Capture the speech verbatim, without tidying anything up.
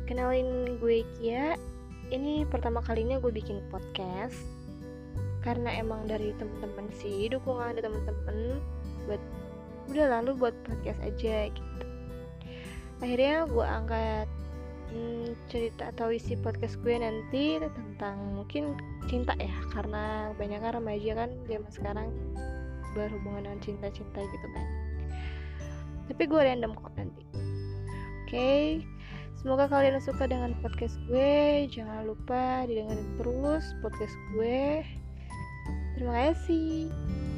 Kenalin gue Kia. Ini pertama kalinya gue bikin podcast karena emang dari temen-temen sih, dukungan dari temen-temen buat udah lalu buat podcast aja gitu. Akhirnya gue angkat hmm, cerita atau isi podcast gue nanti tentang mungkin cinta ya, karena kebanyakan remaja kan zaman sekarang berhubungan dengan cinta-cinta gitu kan. Tapi gue random kok nanti. Oke, okay. Semoga kalian suka dengan podcast gue. Jangan lupa didengarin terus podcast gue. Terima kasih.